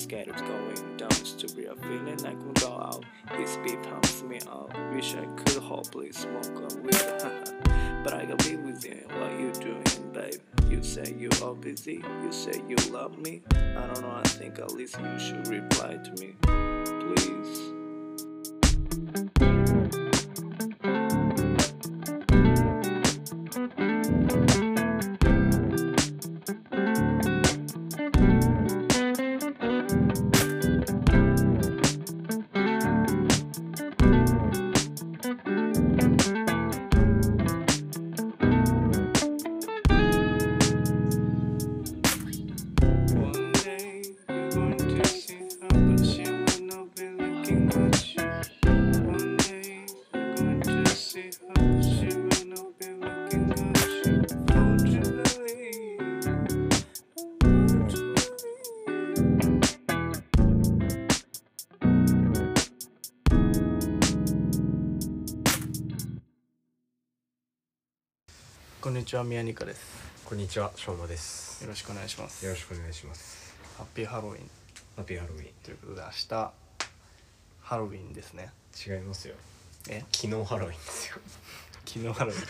scared of going down. Still we are feeling like we'll go out. This beat pumps me out. Wish I could hopefully smoke a weed. But I gotta be with you. What you doing, babe? You say you are busy. You say you love me. I don't know. I think at least you should reply to me, please.こんにちは、宮ニカです。 こんにちは、しょうまです。 よろしくお願いします。 よろしくお願いします。 ハッピーハロウィン。 ハッピーハロウィンということで、明日ハロウィンですね。 違いますよ。 え？ 昨日ハロウィンですよ。 昨日ハロウィ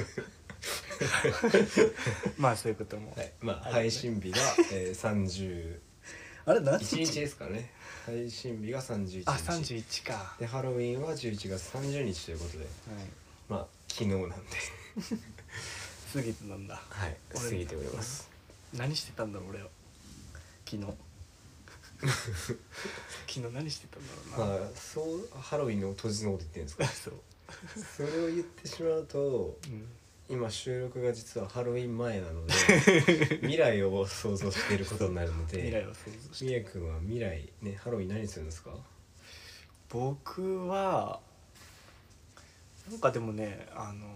ン。まあそういうことも。 はい、まあ配信日が30 あれ何日ですからね。配信日が31日。 あ、31か。 でハロウィンは11月30日ということで、はい、まあ昨日なんで。 過ぎてなんだ。 はい、過ぎております。 何してたんだろう俺は。昨日。昨日何してたんだろうな。 まあそうハロウィンの当日のこと言ってるんですか。 そう。 それを言ってしまうと、今収録が実はハロウィン前なので未来を想像していることになるので、 未来を想像して。 みやくんは未来ね、ハロウィン何するんですか？ 僕はなんかでもね、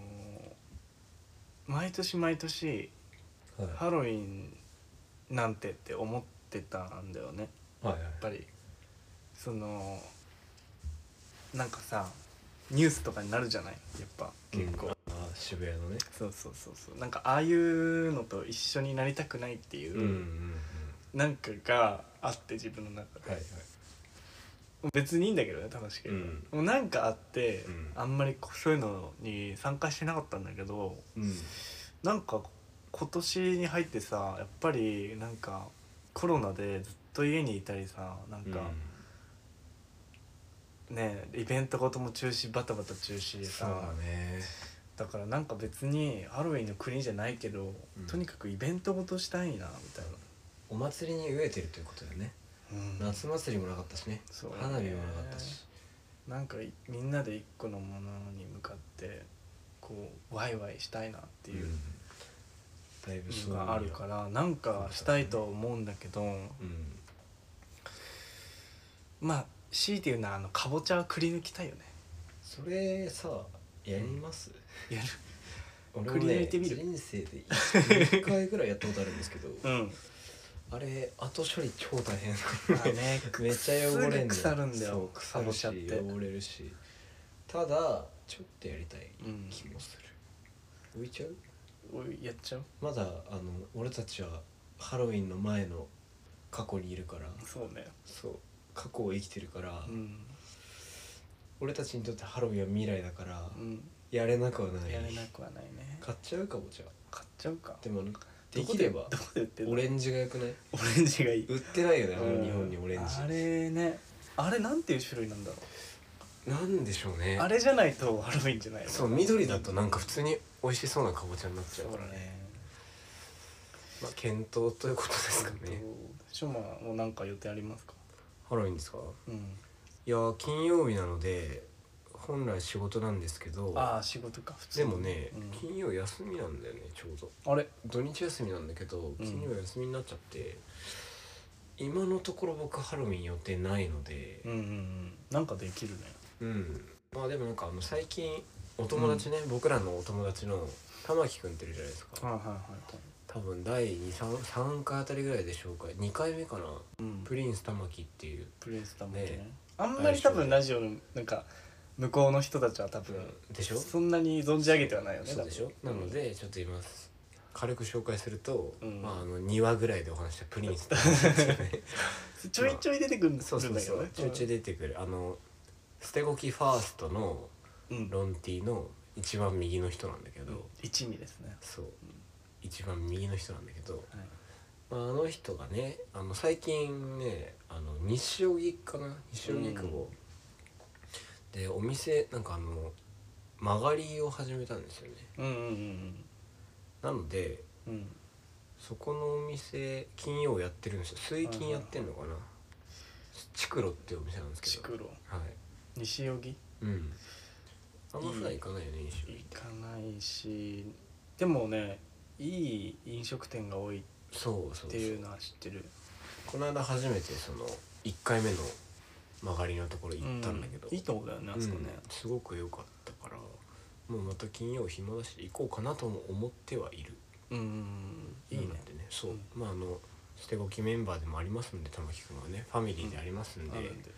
毎年毎年、はい、ハロウィンなんてって思ってたんだよね、 はいはい、 やっぱりそのなんかさニュースとかになるじゃない、やっぱ結構、 渋谷のね、 そうなんかああいうのと一緒になりたくないっていう、なんかがあって自分の中で、はいはい、別にいいんだけどね、楽しければ、もうなんかあって、あんまりそういうのに参加してなかったんだけど、なんか今年に入ってさ、やっぱりなんかコロナでずっと家にいたりさ、なんか、ねイベントごともバタバタ中止でさ、 そうだね、 だからなんか別にハロウィンの国じゃないけど、とにかくイベントごとしたいなみたいな。 お祭りに飢えてるということだよね。夏祭りもなかったしね、花火もなかったし、 なんかみんなで一個のものに向かってこうワイワイしたいなっていうのがあるから、なんかしたいと思うんだけど、まあ強いて言うのはかぼちゃはくり抜きたいよね。 それさやります？ やる。 俺もね、人生で1回ぐらいやったことあるんですけど、あれ後処理超大変。めっちゃ汚れんだよ。腐るんだよ。腐るし汚れるし。ただちょっとやりたい気もする。置いちゃう？ やっちゃう？ まだ俺たちはハロウィンの前の過去にいるから。 そうね。 そう、過去を生きてるから。俺たちにとってハロウィンは未来だから、やれなくはない。 やれなくはないね。 買っちゃうかぼちゃ。 買っちゃうか。 でもできればどこで売ってるの？ オレンジがよくない？ オレンジがいい。 売ってないよね、日本にオレンジ。 あれね、あれなんていう種類なんだろう。なんでしょうね。 あれじゃないとハロウィンじゃないの？ そう、緑だとなんか普通に美味しそうなかぼちゃになっちゃうからね。まあ検討ということですかね。 しょうまもなんか予定ありますか？ ハロウィンですか？いや金曜日なので本来仕事なんですけど。 ああ仕事か。普通でもね、金曜休みなんだよね、ちょうど。 あれ土日休みなんだけど金曜休みになっちゃって、今のところ僕ハロウィン予定ないので、 なんかできるね。 まあでもなんか最近お友達ね、僕らのお友達の玉木くんっているじゃないですか。多分第3回あたりぐらいで紹介、2回目かな、プリンス玉木っていう。 プリンス玉木ね。あんまり多分ラジオのなんか向こうの人たちは多分でしょ、 そんなに存じ上げてはないよね。 そうでしょ。なのでちょっと今軽く紹介すると、まあ2話ぐらいでお話したプリンス玉木っていうねちょいちょい出てくるんだけどね。 ちょいちょい出てくる。捨てゴキファーストのロンティの一番右の人なんだけど、 一味ですね。 そう、一番右の人なんだけど、あの人がね、最近ね、西荻かな、西荻窪でお店なんか曲がりを始めたんですよね。なので、そこのお店金曜やってるんですよ。水金やってんのかな。チクロっていうお店なんですけど。 チクロ。 はい。 西荻。 あんま普段行かないよね、西荻。 行かないし、でもね、いい飲食店が多いっていうのは知ってる。 この間初めてその1回目の曲がりのところ行ったんだけど、 いいとこだよね、あそこね。 すごく良かったから、もうまた金曜暇だし行こうかなとも思ってはいる。 いいね。 そう、捨てゴキメンバーでもありますんで、玉木くんはねファミリーでありますんで、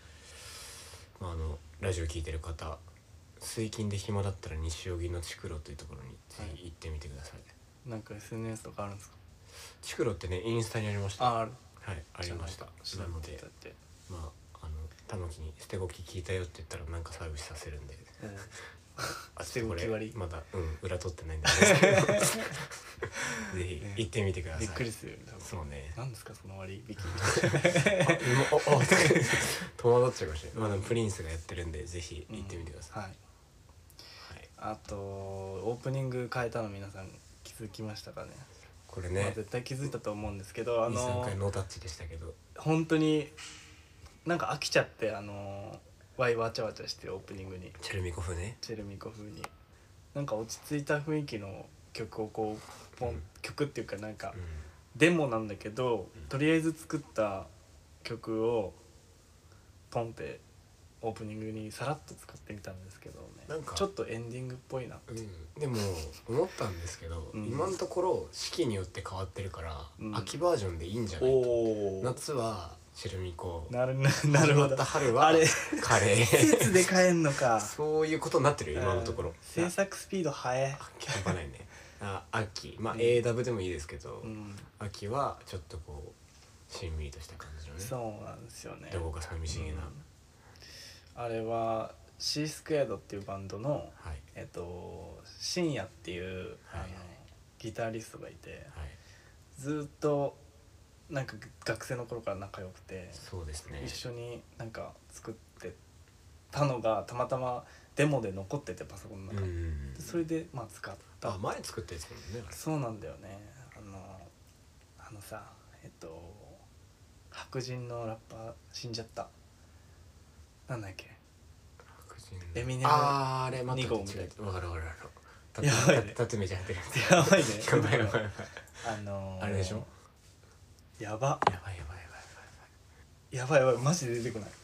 ラジオ聞いてる方、水金で暇だったら西荻のチクロというところにぜひ行ってみてください。 なんか SNS とかあるんですか？ チクロってね、インスタにありました。 ある。 はい、ありました。なので玉木に捨てゴキ聞いたよって言ったらなんかサービスさせるんで、 捨てゴキ割りまだ裏取ってないんですけどぜひ行ってみてください。 びっくりするよね。 そうね。 なんですかその割引。 戸惑っちゃうかもしれない。プリンスがやってるんでぜひ行ってみてください。 あとオープニング変えたの皆さん気づきましたかね？ これね、 絶対気づいたと思うんですけど、 2,3回ノータッチでしたけど、 本当になんか飽きちゃって、ワイわちゃわちゃしてるオープニングにチェルミコ風ね、 チェルミコ風になんか落ち着いた雰囲気の曲をこうポン、曲っていうかなんか、デモなんだけど、とりあえず作った曲をポンってオープニングにさらっと使ってみたんですけどね、なんかちょっとエンディングっぽいなって、 でも思ったんですけど、今のところ四季によって変わってるから、秋バージョンでいいんじゃないと。夏はチェルミコ、 なるほど。 春はカレー、 季節で変えんのか。 そういうことになってるよ今のところ。 制作スピード速い。 半端ないね。秋、AW でもいいですけど、秋はちょっとこうしんみりとした感じのね。 そうなんですよね。 どこか寂しげな。 あれはシースクエアドっていうバンドの深夜っていうギタリストがいて、ずっとなんか学生の頃から仲良くて、 そうですね、 一緒になんか作ってたのがたまたまデモで残ってて、パソコンの中で、それで使った。 前作ったやつだもんね。 そうなんだよね。さ、白人のラッパー死んじゃった、なんだっけ、エミネム2号みたいな。 わかる。 やばいね。 タトゥーめちゃ入ってるやばいね。 あれでしょ。 やばい、マジで出てこない。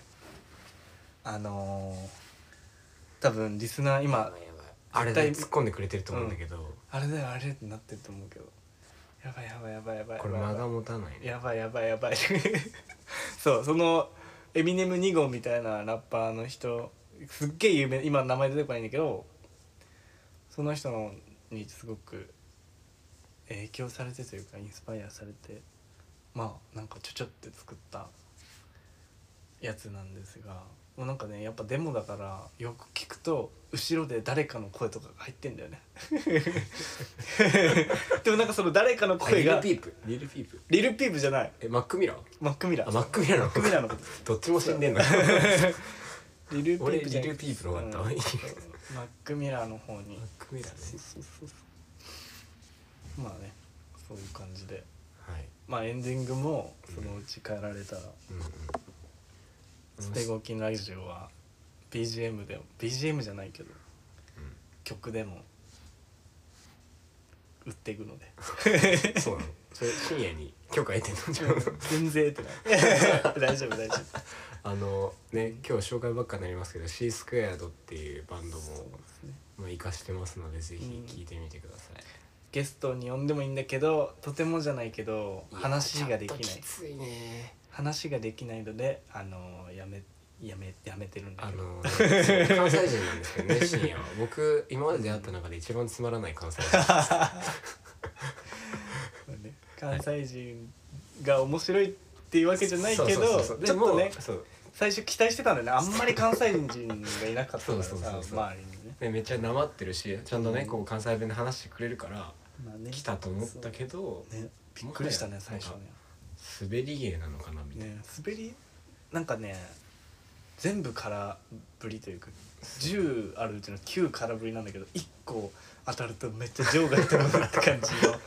多分リスナー今あれで突っ込んでくれてると思うんだけど、 あれだよあれってなってると思うけど、やばい、 これ間が持たないね。 やばいそう、そのエミネム2号みたいなラッパーの人、すっげえ有名、今名前出てこないんだけど、その人のにすごく影響されてというかインスパイアされて、なんかちょって作ったやつなんですが、もうなんかね、やっぱデモだからよく聞くと後ろで誰かの声とかが入ってんだよねでもなんかその誰かの声がリルピープじゃない、マックミラーのことどっちも死んでんのリルピープじゃない、リルピープの方があった、 マックミラーの方に、 マックミラーね、 そうそういう感じで、エンディングもそのうち変えられたら、捨てゴキラジオは BGM でも BGM じゃないけど、曲でも売っていくのでそうなの。それ深夜に許可得てんの？ 全然得てない大丈夫ね、今日紹介ばっかになりますけど、シースクエアドっていうバンドも活かしてますので、ぜひ聴いてみてください。 ゲストに呼んでもいいんだけど、とてもじゃないけど話ができない、 きついね、 話ができないのでやめてるんだけど、 関西人なんですけどね深夜は。僕今まで出会った中で一番つまらない関西人です関西人が面白いっていうわけじゃないけど、ちょっとね最初期待してたんだよね。あんまり関西人がいなかったからさ、周りにね。 めっちゃなまってるし、ちゃんとねこう関西弁で話してくれるから来たと思ったけど、 びっくりしたね最初ね。 滑り芸なのかなみたいな。 滑りなんかね、全部空振りというか10あるうちの9空振りなんだけど、1個当たるとめっちゃ場外飛ぶって感じの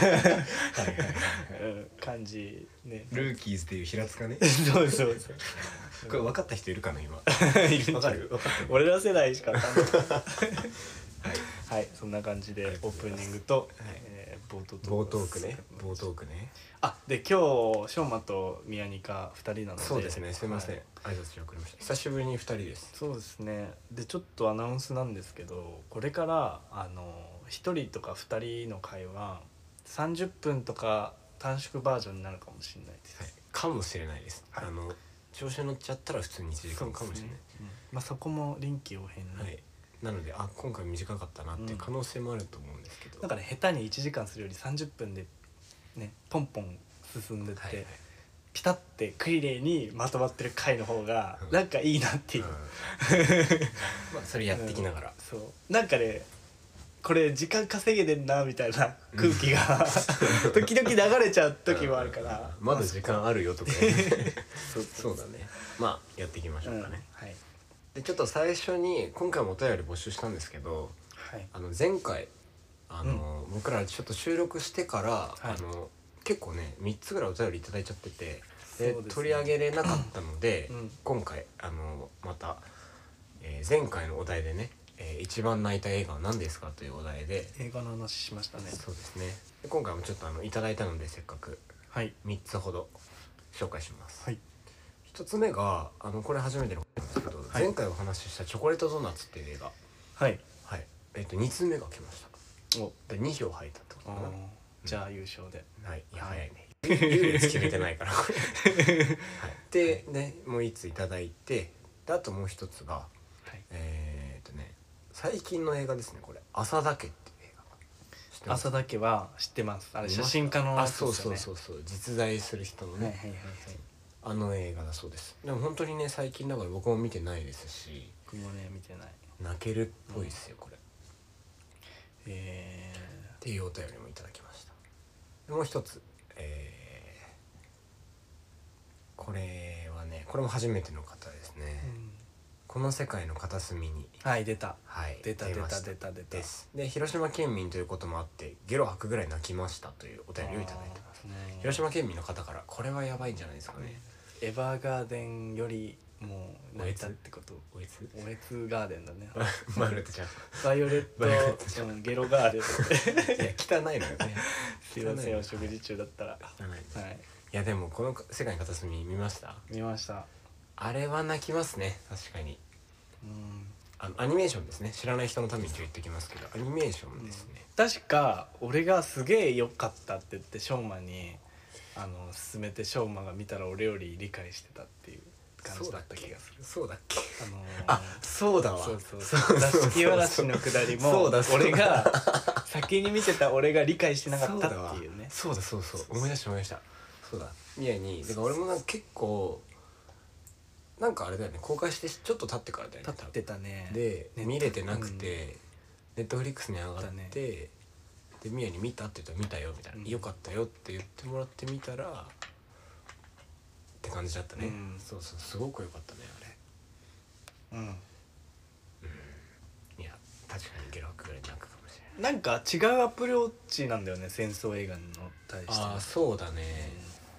感じね。 ルーキーズっていう平塚ね。 そうこれ分かった人いるかな今。分かる？ 俺ら世代しか分かんないはい、そんな感じでオープニングと冒頭ークね。 あ、で今日しょうまと宮ニカ2人なので。 そうですね、すいません、挨拶し遅れました。久しぶりに2人です。 そうですね。でちょっとアナウンスなんですけど、これから1人とか2人の会話30分とか短縮バージョンになるかもしれないです、 かもしれないです、調子乗っちゃったら普通に1時間かもしれない、 まあそこも臨機応変に、 なので今回短かったなっていう可能性もあると思うんですけど、 なんかね、下手に1時間するより30分でねポンポン進んでって、ピタってクリレイにまとまってる回の方がなんかいいなっていう、 まあそれやってきながら、 そうなんかね、これ時間稼げてんなみたいな空気が時々流れちゃう時もあるから、 まだ時間あるよとかそうだね、まあやっていきましょうかね。でちょっと最初に今回もお便り募集したんですけど、前回僕らちょっと収録してから、結構ね3つぐらいお便りいただいちゃってて、で取り上げれなかったので、今回また、前回のお題でね、一番泣いた映画は何ですかというお題で映画の話しましたね。 そうですね。で今回もちょっといただいたので、せっかく3つほど紹介します。1つ目がこれ初めてのことなんですけど、前回お話ししたチョコレートドーナツっていう映画、2つ目が来ました。で2票入ったってことかな。 じゃあ優勝で。 いや早いね。優劣決めてないからこれでね、もう1ついただいて、であともう1つが最近の映画ですね。これ朝だけっていう映画。 朝だけは知ってます。あれ写真家のやつですよね。 そう実在する人のね、映画だそうです。でも本当にね最近だから僕も見てないですし、 僕もね見てない。 泣けるっぽいですよこれ。っていうお便りもいただきました。でもう一つ、これはね、これも初めての方ですね。この世界の片隅に出たで広島県民ということもあってゲロ吐くぐらい泣きましたというお便りをいただいてます。広島県民の方から、これはやばいんじゃないですかね。 エヴァーガーデンよりもう泣いたってこと。おえつガーデンだね。 バイオレットちゃん、 バイオレットゲロガーデンいや汚いのよね。 すいません、お食事中だったら。 いやでもこの世界の片隅見ました？ 見ました。 あれは泣きますね、確かに。アニメーションですね。知らない人のために言っておきますけど、アニメーションですね。 確か俺がすげえ良かったって言ってショーマンに勧めて、ショーマンが見たら俺より理解してたっていう感じだった気がする。 そうだっけ？そうだわ。 座敷わらしのくだりも俺が先に見てた俺が理解してなかったっていうね。 そう思い出した。そうだ、宮にだから俺もなんか結構なんかあれだよね、公開してちょっと経ってからだよね。 経ってたね。 で見れてなくて、ネットフリックスに上がって、で宮に見たって言ったら見たよみたいな、よかったよって言ってもらって見たらって感じだったね。そうすごく良かったねあれ。いや確かにゲロ吐くぐらい泣くかもしれない。 なんか違うアプローチなんだよね、戦争映画に対して。 そうだね。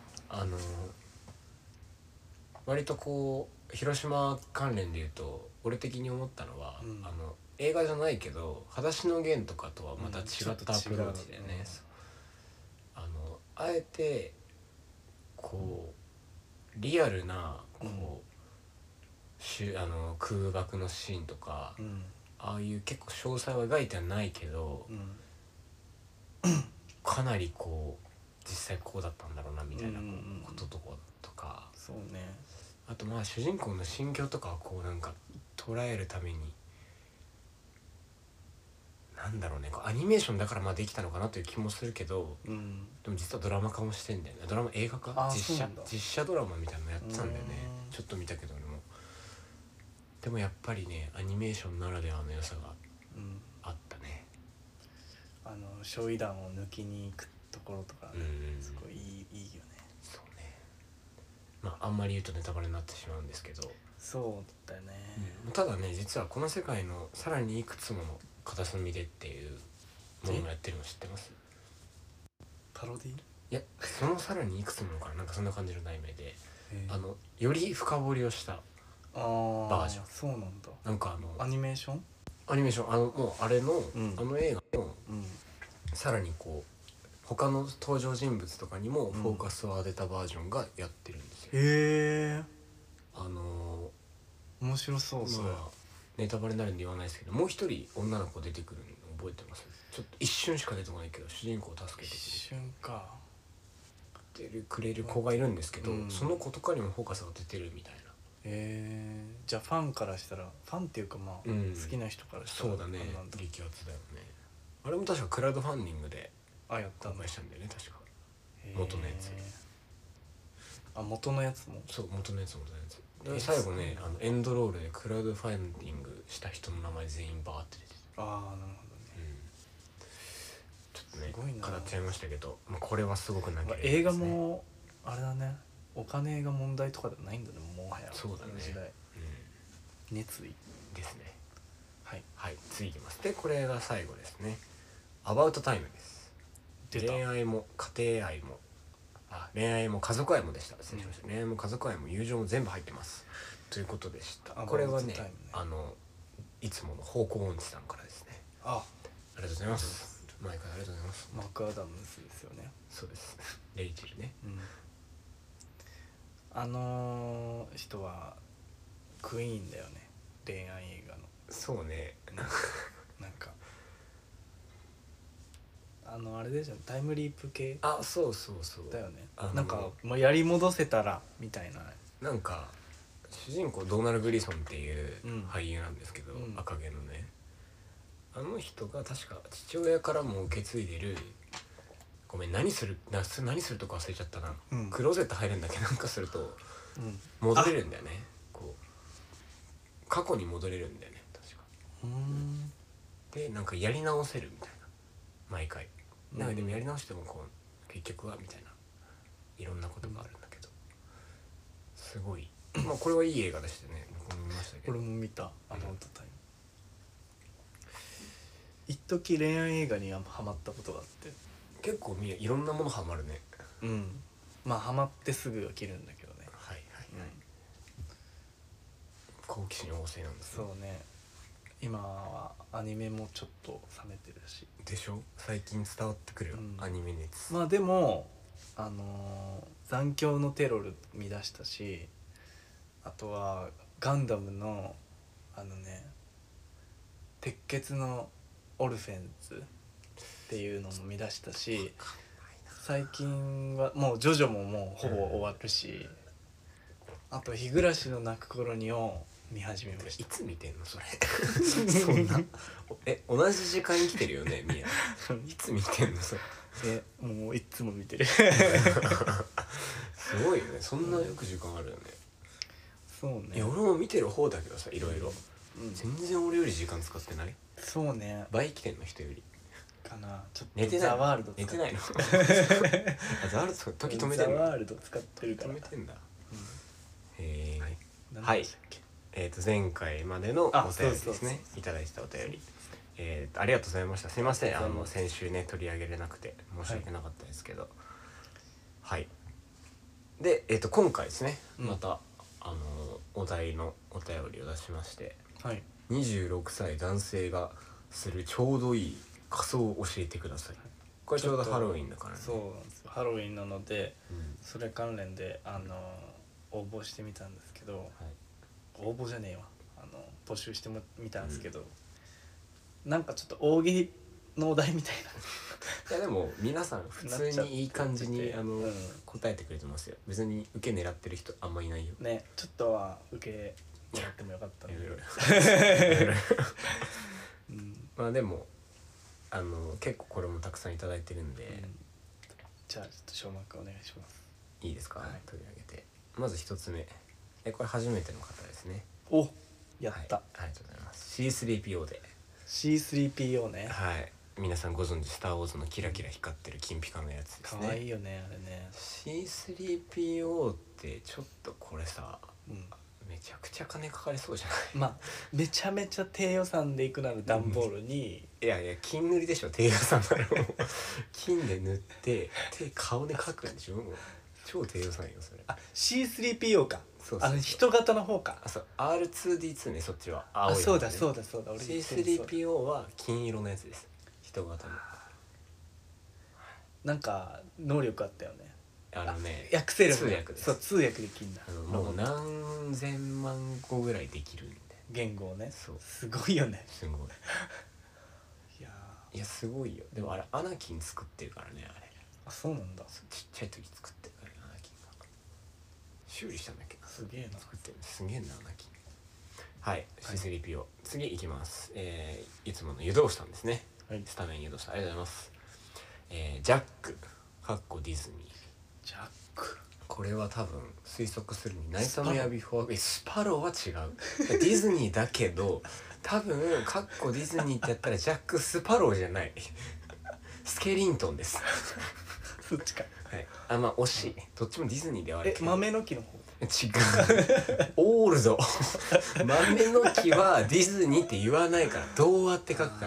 割とこう広島関連で言うと俺的に思ったのは、映画じゃないけど裸足の弦とかとはまた違ったアプローチでね、あえてこうリアルなこう、空爆のシーンとか、ああいう結構詳細は描いてはないけど、かなりこう実際こうだったんだろうなみたいなこととか、 そうね。 あとまあ主人公の心境とかをこうなんか捉えるためになんだろうね、アニメーションだからまあできたのかなという気もするけど、でも実はドラマ化もしてんだよね。ドラマ映画化実写ドラマみたいなのやってたんだよね。ちょっと見たけど俺も。でもやっぱりねアニメーションならではの良さがあったね。 焼夷弾を抜きに行くところとか、すごいいいよね。 そうね。まああんまり言うとネタバレになってしまうんですけど。 そうだよね、 ただね実はこの世界のさらにいくつもの片隅でっていうものもやってるの知ってます？ パロディ？いやそのさらにいくつものかな、なんかそんな感じの題名でより深掘りをしたバージョン。 そうなんだ。 なんかアニメーションもうあれの、映画の、さらにこう他の登場人物とかにもフォーカスを当てたバージョンがやってるんですよ。 へえ。面白そうそれ。 ネタバレになるんで言わないですけど、もう一人女の子出てくるの覚えてます？ちょっと一瞬しか出てこないけど主人公を助けてくれる子がいるんですけど、その子とかにもフォーカスが出てるみたいな。 じゃあファンからしたら、ファンっていうかまあ、好きな人からしたらそうだね、激アツだよね。あれも確かクラウドファンディングで公開したんだよね確か。元のやつ。 元のやつも。 そう元のやつ。で最後ねエンドロールでクラウドファンディングした人の名前全員バーって出てた。なるほどね。 ちょっとね語っちゃいましたけど、これはすごく泣ける、 映画もあれだね、お金が問題とかではないんだね、もはや。 そうだね、 時代、熱意ですね。 はい、 次いきます。でこれが最後ですね。アバウトタイムです。恋愛も家庭愛も恋愛も家族愛もでした。失礼しました。恋愛も家族愛も友情も全部入ってますということでした。これはねいつもの方向音痴さんからですね。ありがとうございます。毎回ありがとうございます。 マクアダムスですよね。 そうです。レイチェルね。 人はクイーンだよね、恋愛映画の。 そうね。 なんかあれでしょ、タイムリープ系。 そうだよね。なんかもうやり戻せたらみたいな。 なんか主人公ドーナル・グリソンっていう俳優なんですけど、赤毛のね、あの人が確か父親からも受け継いでる、ごめん何するとか忘れちゃったな、クローゼット入るんだけどなんかすると戻れるんだよね。こう過去に戻れるんだよね確か。でなんかやり直せるみたいな、毎回なんかでもやり直してもこう結局はみたいないろんなことがあるんだけど、すごいこれはいい映画でしたね。僕も見ましたけど。 俺も見た。アバウトタイム。一時恋愛映画にはハマったことがあって。 結構いろんなものハマるね。 ハマってすぐ飽きるんだけどね。 好奇心旺盛なんですね。そうね。今はアニメもちょっと冷めてるし。 でしょ、最近伝わってくるよ、アニメ熱。 でも残響のテロル見出したし、あとはガンダムの鉄血のオルフェンズっていうのも見出したし、最近はもうジョジョももうほぼ終わるし、あと日暮らしの泣く頃にを見始めました。 いつ見てんのそれそんな同じ時間に来てるよねミヤいつ見てんのそれ。 もういつも見てるすごいよね、そんなよく時間あるよね。 そうね。 俺も見てる方だけどさ、いろいろ全然俺より時間使ってない。 そうね、 倍来てんの人よりかな。ちょっと寝てない。 ザワールド寝てないのザワールド時止めてんの。 ザワールド使ってるから止めてんだ。はい、前回までのお便りですね。いただいたお便り、ありがとうございました。すいません先週ね取り上げれなくて申し訳なかったですけど、はいで今回ですね、またお題のお便りを出しまして、26歳男性がするちょうどいい仮装を教えてください。これちょうどハロウィンだからね。 そうなんですよ、ハロウィンなので、それ関連で応募してみたんですけど、応募じゃねえわ募集してみたんですけど、なんかちょっと大喜利のお題みたいな。いやでも皆さん普通にいい感じに答えてくれてますよ。別に受け狙ってる人あんまいないよね。ちょっとは受けもらってもよかったのでまあでも結構これもたくさんいただいてるんで、 じゃあちょっと小幕お願いします。 いいですか、取り上げて。まず一つ目、これ初めての方ですね。 お、やった、 ありがとうございます。 C3PO で C3PO ね。 はい、皆さんご存知スター・ウォーズのキラキラ光ってる金ピカのやつですね。 かわいいよねあれね。 C3PO ってちょっとこれさ、めちゃくちゃ金かかりそうじゃない？ まあめちゃめちゃ低予算でいくなら段ボールに、 いや金塗りでしょ、低予算なの金で塗って顔で描くんでしょ、もう超低予算よそれ。 C3PO か。 そう人型の方か。 そう R2D2 ね、そっちは青い、 そうだ俺 C3PO は金色のやつです、人型の。 なんか能力あったよね。 訳せる通訳です。 そう、通訳できんだ。 もう何千万個ぐらいできるんで、 言語をね。 そうすごいよね。 すごいいやすごいよ。でもあれアナキン作ってるからね、あれ。 そうなんだ。 ちっちゃい時作ってるからね、アナキンが修理したんだけど、 すげえな。 作ってる、すげえなアナキン。はい、C3PO。次いきます。いつもの湯通したんですね。スタメン湯通した、ありがとうございます。ジャックディズニー。 ジャック、 これは多分推測するにナイトメアビフォー、スパローは違うディズニーだけど、多分ディズニーってやったらジャック・スパローじゃないスケリントンですそっちか。 はい、まあ惜しい、どっちもディズニーではあるけど。 豆の木の方。 違うオールド豆の木はディズニーって言わないから、童話って書くから。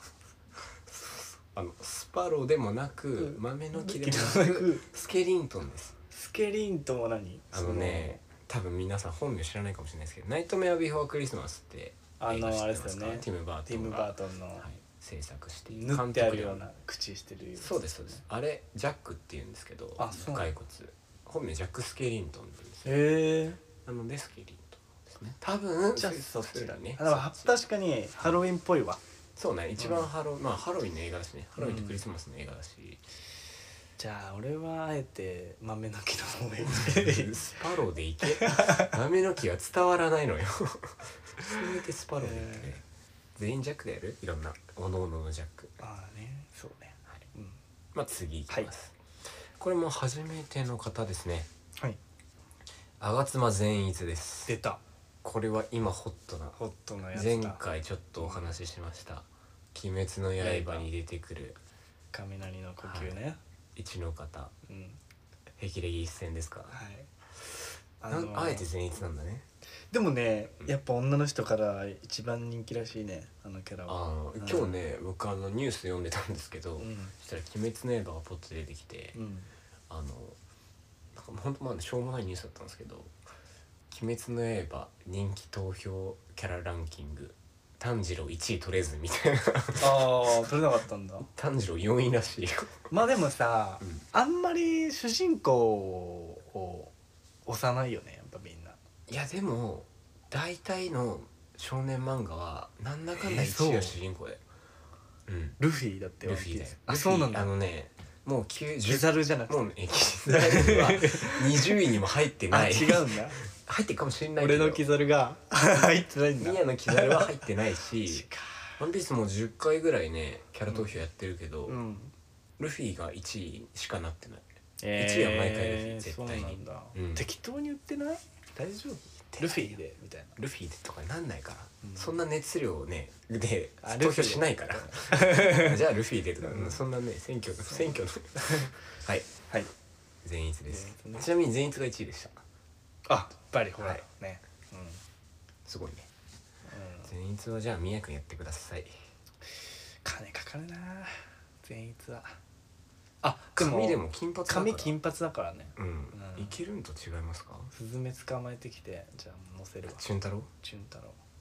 スパローでもなく、豆の木でもなく、スケリントンです。 スケリントンは何？ 多分皆さん本名知らないかもしれないですけど、ナイトメアビフォークリスマスってあれですよね、 ティム・バートンの制作している、 塗ってあるような口してる。 そうですそうです。あれジャックって言うんですけど、骸骨本名ジャック・スケリントンって言うんですよ。なのでスケリントンですね、多分。 じゃあそっちだね。 確かにハロウィンっぽいわ。 そうね、一番ハロウィンの映画だしね、ハロウィンとクリスマスの映画だし。 じゃあ俺はあえて豆の木の方がいいスパローでいけ豆の木は伝わらないのよせめてスパローでいけね。全員ジャックでやる、いろんなおのおののジャック。 そうね。 まあ次いきます。これも初めての方ですね。吾妻善逸です。 出た。 これは今ホットなやつだ。前回ちょっとお話ししました「鬼滅の刃」に出てくる雷の呼吸ね。 一の方、霹靂一閃ですか。あえて善逸なんだね。 でもね、やっぱ女の人から一番人気らしいね、あのキャラは。 今日ね、僕ニュース読んでたんですけど、そしたら「鬼滅の刃」がポッと出てきて、なんかほんとしょうもないニュースだったんですけど、鬼滅の刃人気投票キャラランキング炭治郎1位取れずみたいな取れなかったんだ。 炭治郎4位らしいよ。 まあでもさ、あんまり主人公を押さないよね、やっぱみんな。 いやでも大体の少年漫画はなんだかんだ1位が主人公だよ。 ルフィだって。 ルフィだよ。 そうなんだ。 もうキザルじゃなくて、 もうキザルは20位にも入ってない。 違うんだ。 入ってるかもしれないけど、 俺のキザルが入ってないんだ。 宮のキザルは入ってないしワンピースも10回ぐらいねキャラ投票やってるけど、ルフィが1位しかなってない。1位は毎回ルフィ、絶対に。 適当に言ってない？大丈夫？ルフィでみたいな。 ルフィでとかなんないから、そんな熱量ねで投票しないからじゃあルフィでとか、そんなね選挙のはい善逸です。ちなみに善逸が1位でした。 やっぱりほらね、 すごいね。善逸はじゃあ宮君やってください。 金かかるな善逸は。 髪でも金髪だから。 髪金髪だからね。 いけるんと違いますか。 スズメ捕まえてきて、じゃあ乗せるわ。 チュン太郎チュン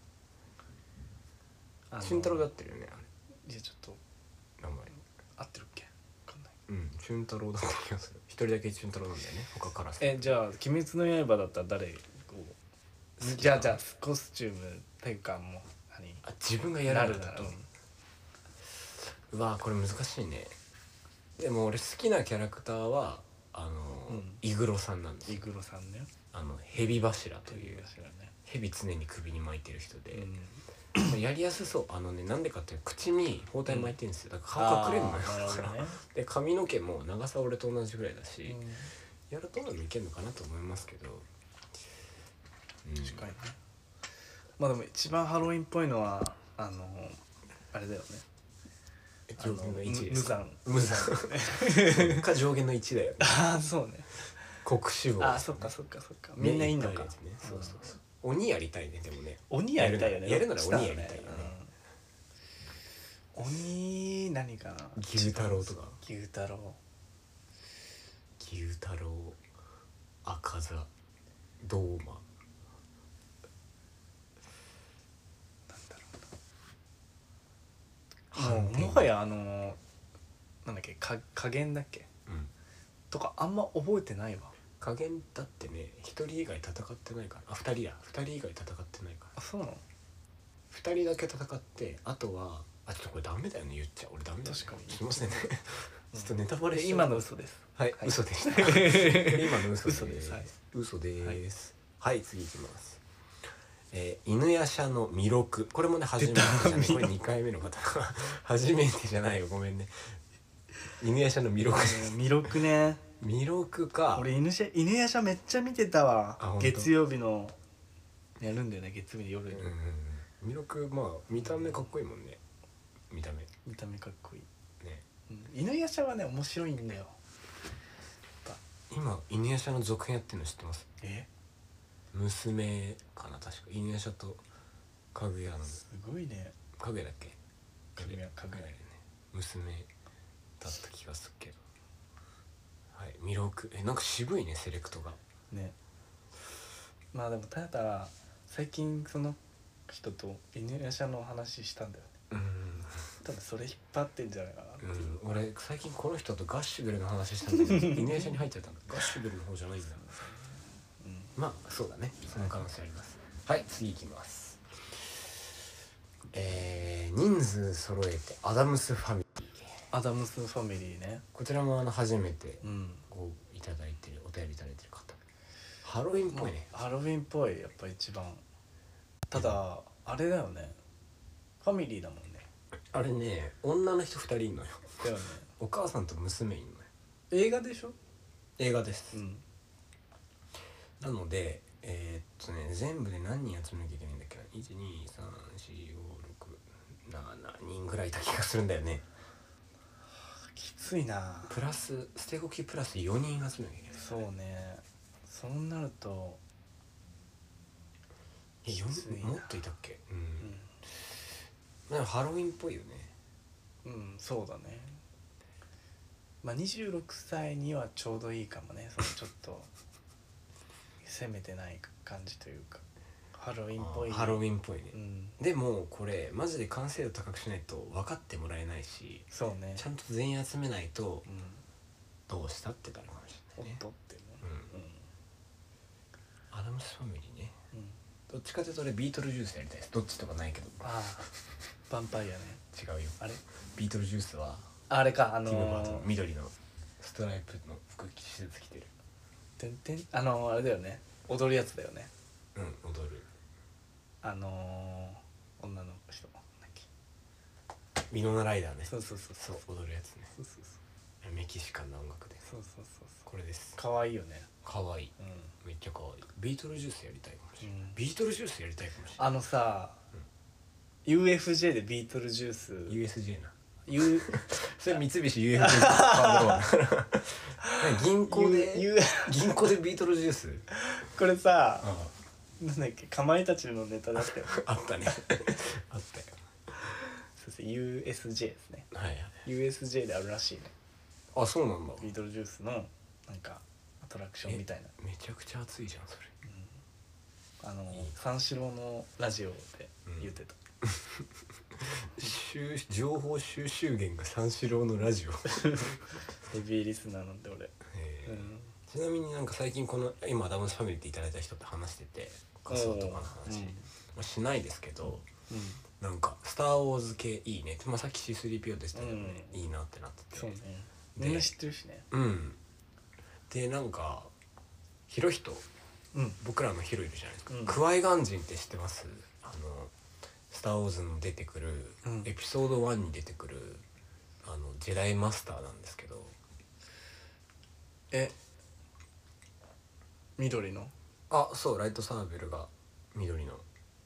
太郎だってるよね、あれ。 じゃあちょっと名前合ってるっけ、分かんない。 チュン太郎だった気がする。一人だけチュン太郎なんだよね、他から。 じゃあ「鬼滅の刃」だったら誰を。じゃあコスチュームっていうか、もう自分がやるんだと。うわこれ難しいね。でも俺好きなキャラクターはイグロさんなんですよ。 イグロさんね。 蛇柱という蛇常に首に巻いてる人で、 やりやすそう。なんでかって口に包帯巻いてるんですよ。だから顔隠れるのよ。だから、で髪の毛も長さ俺と同じぐらいだし、やるといけるのかなと思いますけど、 確かにね。まあでも一番ハロウィンっぽいのはあれだよね、 上限の1 ですか。 無惨か上限の1だよね。 ああそうね、 国主を。 ああそっかみんないんのか。 そう鬼やりたいね。でもね鬼やりたいよね。 やるなら鬼やりたいよね。 鬼何かな。 牛太郎とか。 牛太郎赤座ドーマ、 もはやなんだっけ加減だっけ、とかあんま覚えてないわ。 加減だってね1人以外戦ってないから。2人以外戦ってないから。 あそうなの。 2人だけ戦って、あとはちょっとこれダメだよね、言っちゃ。俺ダメだよ、 確かに。 すいませんねちょっとネタバレしちゃう。 今の嘘です。 はい、嘘でした今の嘘です。嘘です。はい、次いきます。犬夜叉の弥勒。これもね初めてじゃない。これ2回目の方初めてじゃないよ、ごめんね。犬夜叉の弥勒弥勒ね。 弥勒か。 俺犬夜叉めっちゃ見てたわ。月曜日のやるんだよね、月曜日の夜に。 弥勒まあ見た目かっこいいもんね。見た目かっこいいね。 犬夜叉はね面白いんだよ。 今犬夜叉の続編やってるの知ってます？娘かな、確か。犬夜叉とかぐやの。 すごいね。 かぐやだっけ？ かぐやね。 娘だった気がするけど。はい、弥勒。なんか渋いね、セレクトがね。まあでもただ最近その人と犬夜叉の話したんだよね。多分それ引っ張ってんじゃないかなっていう。 俺最近この人とガッシュベルの話したんだけど犬夜叉に入っちゃったんだ。ガッシュベルの方じゃないんだ。まあそうだね、その可能性あります。はい、次いきます。人数揃えてアダムスファミリーね。こちらも初めてごいただいてる、お便りいただいてる方。ハロウィンっぽいね。 ハロウィンっぽい、やっぱ一番。ただあれだよね、ファミリーだもんね。 あれね、女の人2人いんのよ。 だよね。 お母さんと娘いんのよ。 映画でしょ？ 映画です。なので全部で何人集めなきゃいけないんだっけな。1234567人ぐらいいた気がするんだよね。 きついな。 プラス捨て子機プラス4人集めなきゃいけない。 そうね。そうなるともっといたっけ。ハロウィンっぽいよね。 そうだね。まあ26歳にはちょうどいいかもね。そのちょっと攻めてない感じというか、ハロウィンっぽい。 ハロウィンっぽいね。でもこれマジで完成度高くしないと分かってもらえないし、 そうね、 ちゃんと全員集めないと、どうしたってなるかもしれないね。 おっとってね。 アダムスファミリーね。どっちかというと俺ビートルジュースやりたいです。どっちとかないけど。 ああ、ヴァンパイアね。 違うよ。 あれビートルジュースはあれか、 ティム・バートンの緑のストライプの服着てる。 あれだよね、踊るやつだよね。 踊る女の人だっけ。 ミノナライダーね。 そう踊るやつね。メキシカンな音楽で。これです。 可愛いよね。 可愛い。めっちゃ可愛い。ビートルジュースやりたいかもしれない。ビートルジュースやりたいかもしれない。 さ、UFJ でビートルジュース USJ な。 それ三菱 UFJ カードローン銀行でビートルジュース。 これさ、なんだっけ、かまいたちのネタだったよ。 あったね。あったよ。 そうですね、USJ ですね。 はいはい。 USJ であるらしいね。 あ、そうなんだ。 ビートルジュースのなんかアトラクションみたいな。 めちゃくちゃ熱いじゃんそれ。 三四郎のラジオで言ってた。 情報収集源が三四郎のラジオ。 ヘビーリスナーなんで俺。 ちなみになんか最近この今アダムスファミリーっていただいた人と話してて、仮想とかの話、しないですけど、なんかスターウォーズ系いいねって、さっき C3PO でしたけどね、いいなってなってて。 そうね、みんな知ってるしね。 でなんかヒロヒト、僕らのヒロいるじゃないですか。クワイガン人って知ってます？ スター・ウォーズの出てくる、 うんエピソード1に出てくるジェダイマスターなんですけど、 緑のそう、ライトサーベルが緑の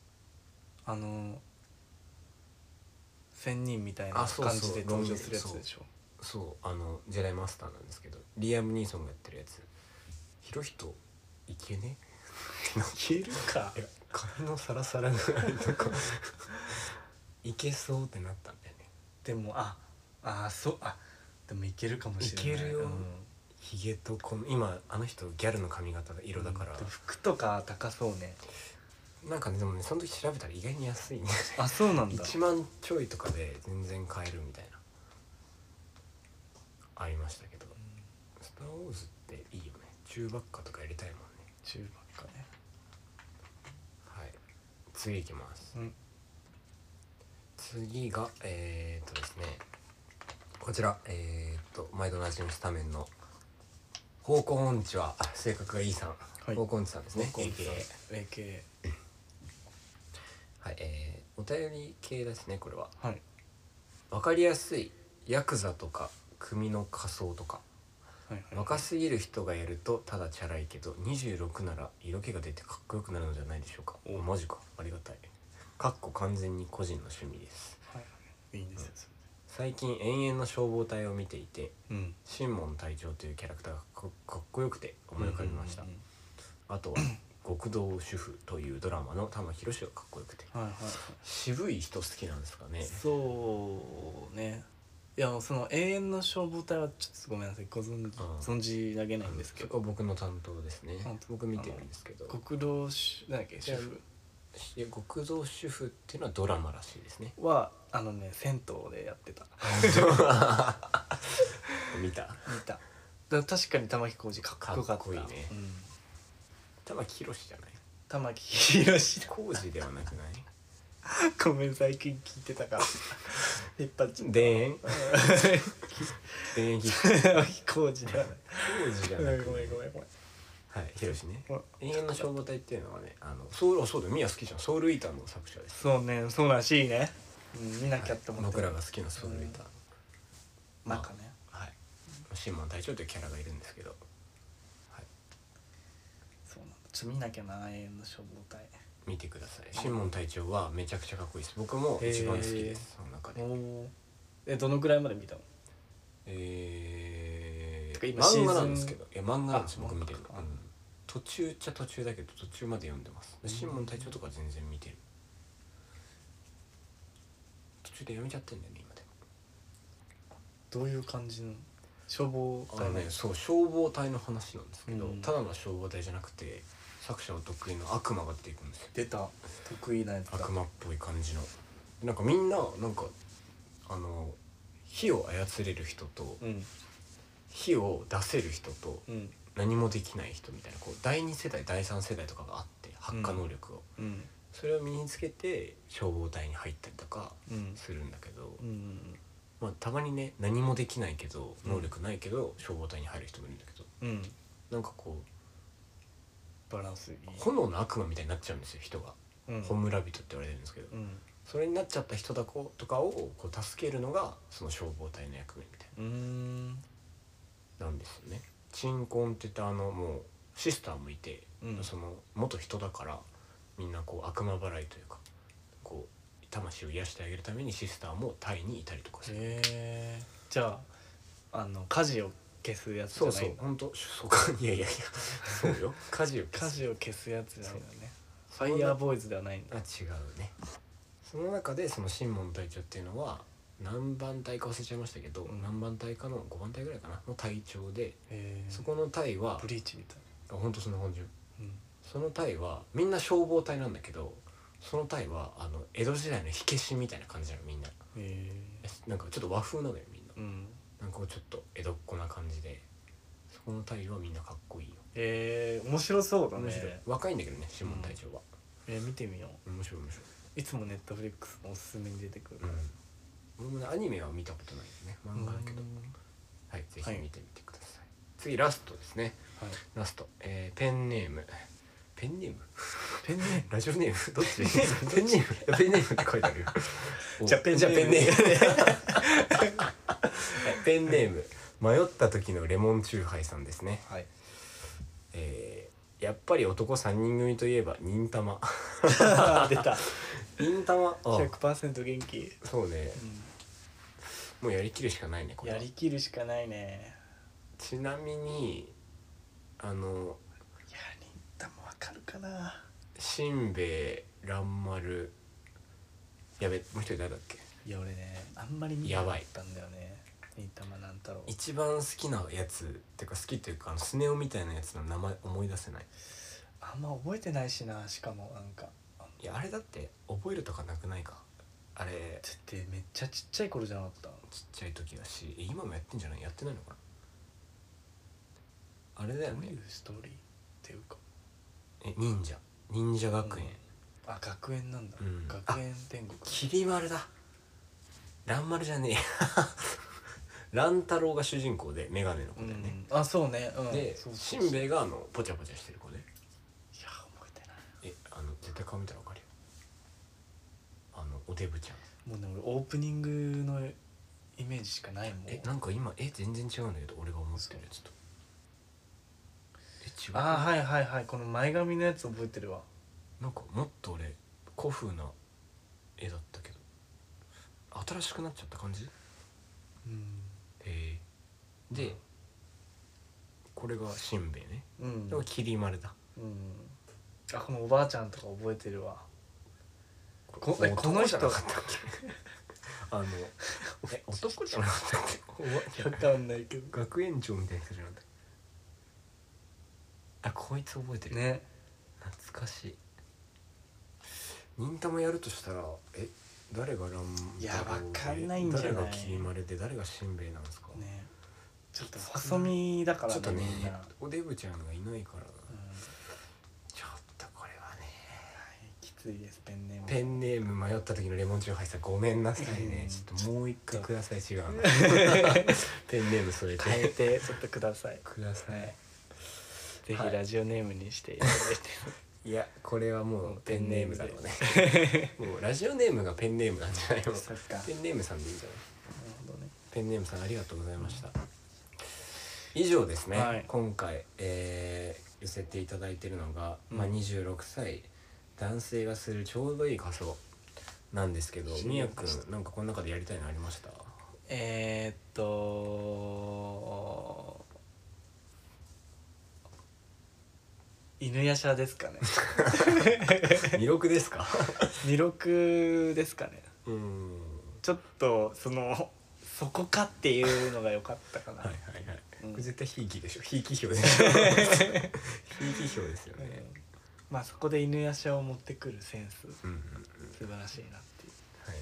仙人みたいな感じで登場するやつでしょ。 そうジェダイマスターなんですけど、リアム・ニーソンがやってるやつ。ヒロヒトいけねいけるか。 髪のサラサラぐらいとかいけそうってなったんだよね。 でもでもいけるかもしれない。 いけるよ、ヒゲと今あの人ギャルの髪型が色だから、 服とか高そうね。 なんかね、でもね、その時調べたら意外に安いね。 そうなんだ。 1万ちょいとかで全然買えるみたいなありましたけど、スター・ウォーズっていいよね。中ばっかとかやりたいもんね。 中ばっかね。 はい、次いきます、次がですね、こちら毎度おなじみスタメンの方向音痴は性格がいいさん、方向音痴さんですね。 AKA はい、お便り系ですね。これははい。 分かりやすいヤクザとか組の仮装とか、若すぎる人がやるとただチャラいけど26なら色気が出てかっこよくなるのじゃないでしょうか。マジか、ありがたい。かっこ完全に個人の趣味です。 いいんですよ、 最近永遠の消防隊を見ていて、シンモン隊長というキャラクターがかっこよくて思い浮かびました。あとは極道主婦というドラマの玉木宏がかっこよくて、渋い人好きなんですかね。 そうね。いや、その永遠の消防隊はちょっとごめんなさい、存じ上げないんですけど、 そこは僕の担当ですね。僕見てるんですけど、 極道主なんだっけ、主婦極道主婦っていうのはドラマらしいですね。 は銭湯でやってた。 見た。 だ確かに玉置浩二かっこよかった。 かっこいいね。玉木宏じゃない？ 玉木宏浩二ではなくない？ ごめん、最近聞いてたから引っ張っちゃった。 田園田園玉置浩二ではない。 浩二じゃなく、 ごめんはい、宏ね。永遠の消防隊っていうのはね、そうだよ、ミヤ好きじゃん。ソウルイーターの作者です。 そうね、そうらしいね。見なきゃって思って。 僕らが好きなソウルイーター。 なんかね、 はい。シンモン隊長というキャラがいるんですけど、はい。 そうなんだ。ちょっと見なきゃな、永遠の消防隊。 見てください。シンモン隊長はめちゃくちゃかっこいいです。僕も一番好きです。その中で。 どのくらいまで見たの？ 漫画なんですけど、漫画なんですよ。僕見てる。途中っちゃ途中だけど途中まで読んでます。シンモン隊長とか全然見てる。途中でやめちゃってんだよね、今でも。 どういう感じの消防隊ね？そう、消防隊の話なんですけど、ただの消防隊じゃなくて作者の得意の悪魔が出ていくんですよ。 出た、得意なやつだ。 悪魔っぽい感じの。なんかみんななんか火を操れる人と、火を出せる人と、何もできない人みたいな、こう第2世代第3世代とかがあって、発火能力を、それを身につけて消防隊に入ったりとかするんだけど、まあ、たまにね、何もできないけど能力ないけど消防隊に入る人もいるんだけど、なんかこうバランスいい炎の悪魔みたいになっちゃうんですよ、人が。炎人って言われるんですけど、それになっちゃった人とかをこう助けるのがその消防隊の役目みたいななんですよね。鎮魂って言ってもうシスターもいて、その元人だからみんなこう悪魔払いというか、こう魂を癒してあげるためにシスターも隊にいたりとかする。 じゃあ火事を消すやつじゃないんだ。 そう本当そうか。いやそうよ、火事を消すやつじゃないんだね。ファイヤーボーイズではないんだ。 違うね。その中でそのシンモン隊長っていうのは何番隊か忘れちゃいましたけど、何番隊かの5番隊ぐらいかなの隊長で、そこの隊はブリーチみたいな。ほんとそんな感じ。その隊はみんな消防隊なんだけど、その隊は江戸時代の火消しみたいな感じなの、みんな。なんかちょっと和風なのよ、みんな。なんかちょっと江戸っ子な感じで、そこの隊はみんなかっこいいよ。 面白そうだね。 若いんだけどね、シンモン隊長は。 見てみよう。 面白い。 いつもネットフリックスのおすすめに出てくる。 俺もね、アニメは見たことないですね、漫画だけど。はい、ぜひ見てみてください。次ラストですね。ラスト、ペンネームペンネームラジオネームどっちペンネームペンネームって書いてあるよじゃあペンネームペンネーム迷った時のレモンチューハイさんですね。 はい。 やっぱり男3人組といえば忍たま出た。 忍たま 100% 元気。 そうね、もうやりきるしかないねこれは。 やりきるしかないね。 ちなみにいや忍たまわかるかな。 しんべヱ蘭丸やべもう一人誰だっけ。 いや俺ねあんまり見なかったんだよね。忍たま乱太郎一番好きなやつっていうか好きっていうかスネ夫みたいなやつの名前思い出せない。 あんま覚えてないしな。しかもなんかいやあれだって覚えるとかなくないかあれ。 ってめっちゃちっちゃい頃じゃなかった。 ちっちゃい時だし今もやってんじゃない。やってないのかな。あれだよね。 どういうストーリーっていうか忍者学園、 あ学園なんだ、 うん学園天国。 きり丸だ。蘭丸じゃねえ蘭太郎が主人公でメガネの子だよね、 あそうね、 でそうしんべヱがポチャポチャしてる子で。 いや覚えてない絶対顔見たら分かるよ。おデブちゃん。 もうね俺オープニングのイメージしかないもん。 なんか今全然違うんだけど俺が思ってるやつと。違う。 はいはいはい、この前髪のやつ覚えてるわ。 なんかもっと俺古風な絵だったけど新しくなっちゃった感じ。でこれがしんべヱね。でもきり丸だ。 あこのおばあちゃんとか覚えてるわ。この人男じゃなかったっけ。 分かんないけど学園長みたいな人じゃなかったっけ。こいつ覚えてるね。 懐かしい。忍たまやるとしたら誰が乱太郎でいや分かんないんじゃない。 誰がきり丸で誰がしんべヱなんですかね。ちょっと細身だからね。 ちょっとねみんなおデブちゃんがいないから、ちょっとこれはね、 きついです。ペンネームペンネーム迷った時のレモンチューハイさんごめんなさいね、ちょっともう一回ください。違うなペンネームそれ変えてちょっとください。 ください、 ぜひラジオネームにしていただいて、 いやこれはもうペンネームだろうねもうラジオネームがペンネームなんじゃないの。 そっか。 ペンネームさんでいいんじゃない。 なるほどね。 ペンネームさんありがとうございました、以上ですね、 はい今回、寄せていただいてるのが、26歳男性がするちょうどいい仮装なんですけど、みやくんなんかこの中でやりたいのありました？ 犬夜叉ですかね二六ですか二六ですかね。ちょっとそこかっていうのが良かったかな。 はいはいはい、これ絶対ひいきでしょ。ひいき票でしょひいき票ですよね、 まあそこで犬夜叉を持ってくるセンス、素晴らしいなっていう。 はい、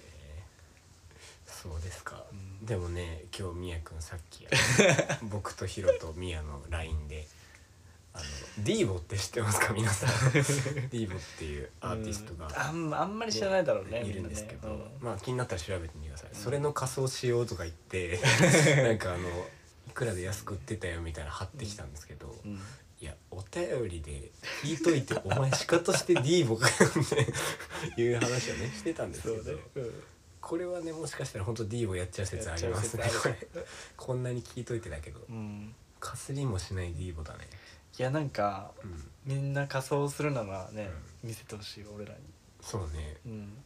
そうですか、でもね今日みやくんさっき僕とヒロとみやの LINE でディーボって知ってますか皆さんディーボっていうアーティストが、 あんまり知らないだろうね、 いるんですけど、 みんなね。 まあ気になったら調べてみてください、それの仮装しようとか言ってなんかいくらで安く売ってたよみたいな貼ってきたんですけど、いやお便りで聞いといてお前シカとしてディーボかよっていう話をねしてたんですけど、これはねもしかしたら本当ディーボやっちゃう説ありますねこんなに聞いといてだけど、かすりもしないディーボだね。 いやなんか、みんな仮装するならね、見せてほしい俺らに。 そうね、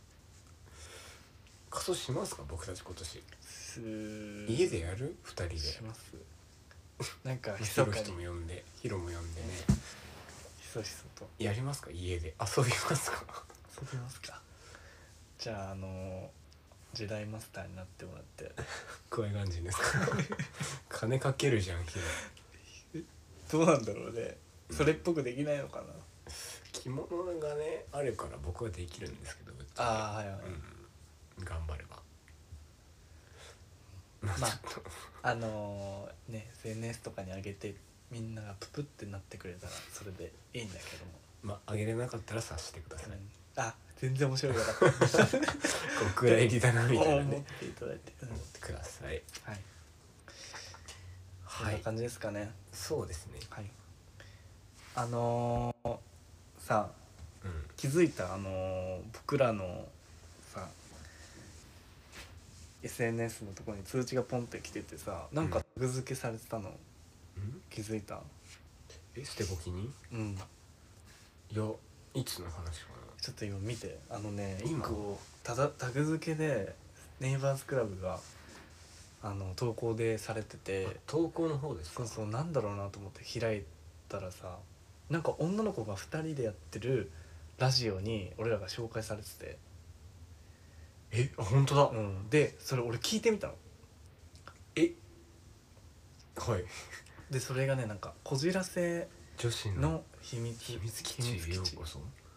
仮装しますか僕たち今年。家でやる2人でします。なんかひそかにも呼んでヒロも呼んでね、 ひそひそとやりますか家で遊びますか遊びますか。じゃあジェダイマスターになってもらってクワイガンジンですか金かけるじゃんヒロ。 どうなんだろうね、それっぽくできないのかな。 着物がねあるから僕はできるんですけど、 はいはい、 頑張ればまあね SNS とかに上げてみんながププってなってくれたらそれでいいんだけども、 まあ上げれなかったら察してください、 全然面白くなかったこう暗いりだなみたいなね思っていただいて、 思ってください。 はい、そんな感じですかね。 そうですね。 はい、さあ気づいた僕らのさ SNS のところに通知がポンって来ててさ、なんかタグ付けされてたの、気づいた？ ステボキに？いや、いつの話かな。 ちょっと今見て、1個タグ付けでネイバーズクラブが投稿でされてて、 投稿の方ですか？ そうなんだろうなと思って開いたらさ、なんか女の子が2人でやってるラジオに俺らが紹介されてて、本当だ。 でそれ俺聞いてみたの。 はい。 でそれがね、なんかこじらせ女子の秘密基地へようこそ。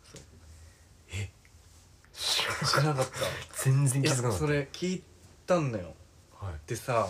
知らなかった。 全然気づかなかった。 それ聞いたんだよ。でさ、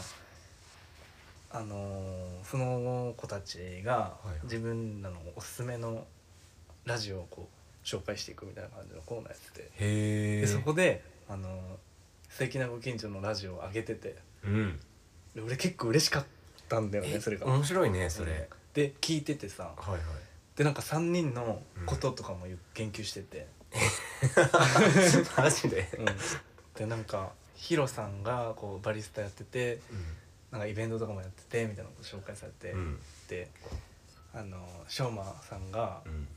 その子たちが自分らのおすすめのラジオをこう紹介していくみたいな感じのコーナーやってて、でそこで素敵なご近所のラジオを上げてて、で俺結構嬉しかったんだよね。それが面白いねそれ。 で聞いててさ、でなんか3人のこととかも言及してて、 マジで？ でなんかヒロさんがこうバリスタやってて、なんかイベントとかもやっててみたいなこと紹介されて、でショーマさんが、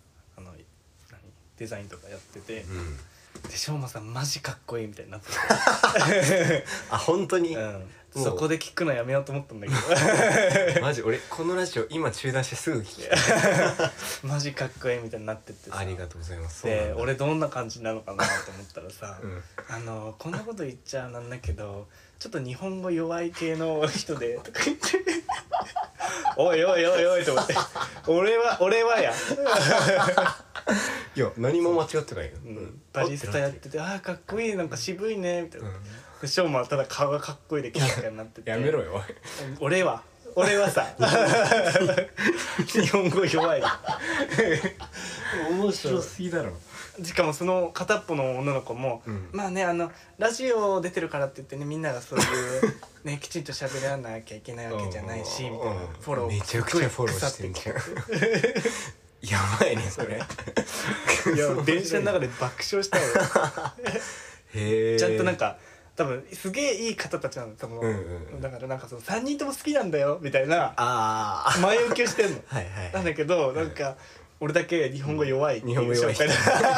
デザインとかやってて、でショーマさんマジかっこいいみたいになってて本当に、 そこで聞くのやめようと思ったんだけどマジ俺このラジオ今中断してすぐ聞きマジかっこいいみたいになってってさ、 ありがとうございます。 で俺どんな感じなのかなと思ったらさ、こんなこと言っちゃなんだけどちょっと日本語弱い系の人でとか言っておいおいおいおいと思って俺はやいや何も間違ってないよ、 バリスタやってて、あーかっこいい、なんか渋いねみたいな、でショーマンはただ顔がかっこいいでキャーキャーになっててやめろよ俺はさ日本語弱い面白すぎだろ。 しかもその片っぽの女の子も、まあねラジオ出てるからって言ってね、みんながそういうねきちんと喋らなきゃいけないわけじゃないしみたいなフォローめちゃくちゃフォローしてんじゃんやばいねそれいや電車の中で爆笑したよちゃんとなんか多分すげえいい方たちなんだ多分、だからなんかその3人とも好きなんだよみたいな前置きをしてんのなんだけど、なんか俺だけ日本語弱いっていう紹介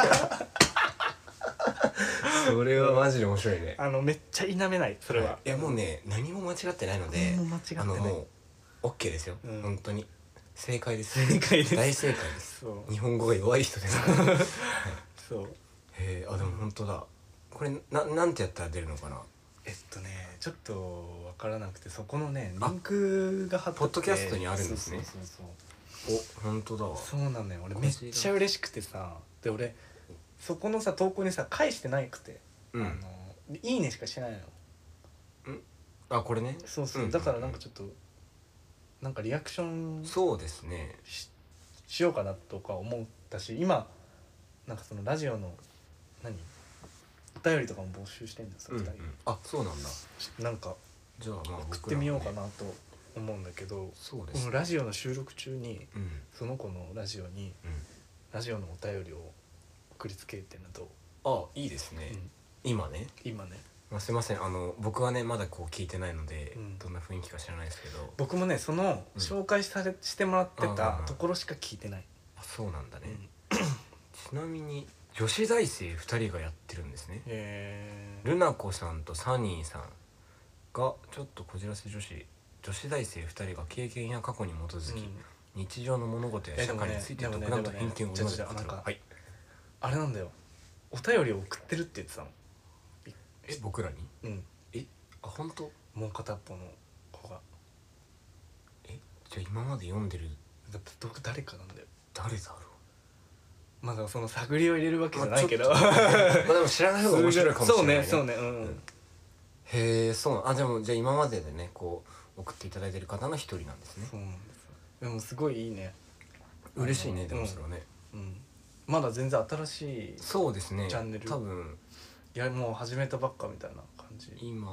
それはマジで面白いね。 めっちゃ否めないそれは。 いやもうね何も間違ってないので、 もう OK ですよ、本当に正解です。 正解です。 大正解です。日本語が弱い人ですそう。 でも本当だ。これなんてやったら出るのかな。 ちょっと分からなくて、そこのねリンクが貼っててポッドキャストにあるんですね。 そう本当だわ。 そうなのよ。俺めっちゃ嬉しくてさ、で俺そこのさ投稿にさ返してなくて、いいねしかしてないの。 これね。 そうだからなんかちょっとなんかリアクションそうですねしようかなとか思ったし、今なんかそのラジオのお便りとかも募集してんだよ、その2人。 そうなんだ。 なんかじゃあ送ってみようかなと思うんだけど、このラジオの収録中にその子のラジオにラジオのお便りを送りつけてるのと、 いいですね。今ねすいません、僕はねまだこう聞いてないので、どんな雰囲気か知らないですけど、 僕もねその紹介してもらってたところしか聞いてない。 そうなんだね。ちなみに女子大生2人がやってるんですね。ルナコさんとサニーさんがちょっとこじらせ女子大生2人が経験や過去に基づき、日常の物事や社会について独断と偏見を織り交ぜて語る。 あれなんだよ、お便りを送ってるって言ってたの。 僕らに？本当？ もう片っぽの子が。 じゃあ今まで読んでる誰かなんだよ。 誰だろう。まだその探りを入れるわけじゃないけど、 でも知らない方が面白いかもしれないね。 そうねへえ、そうなん。じゃあ今まででねこう送っていただいてる方の一人なんですね。 そうなんです。でもすごいいいね。 嬉しいね。でもそれはね、 まだ全然新しいそうですねチャンネル、 多分いやもう始めたばっかみたいな感じ。 今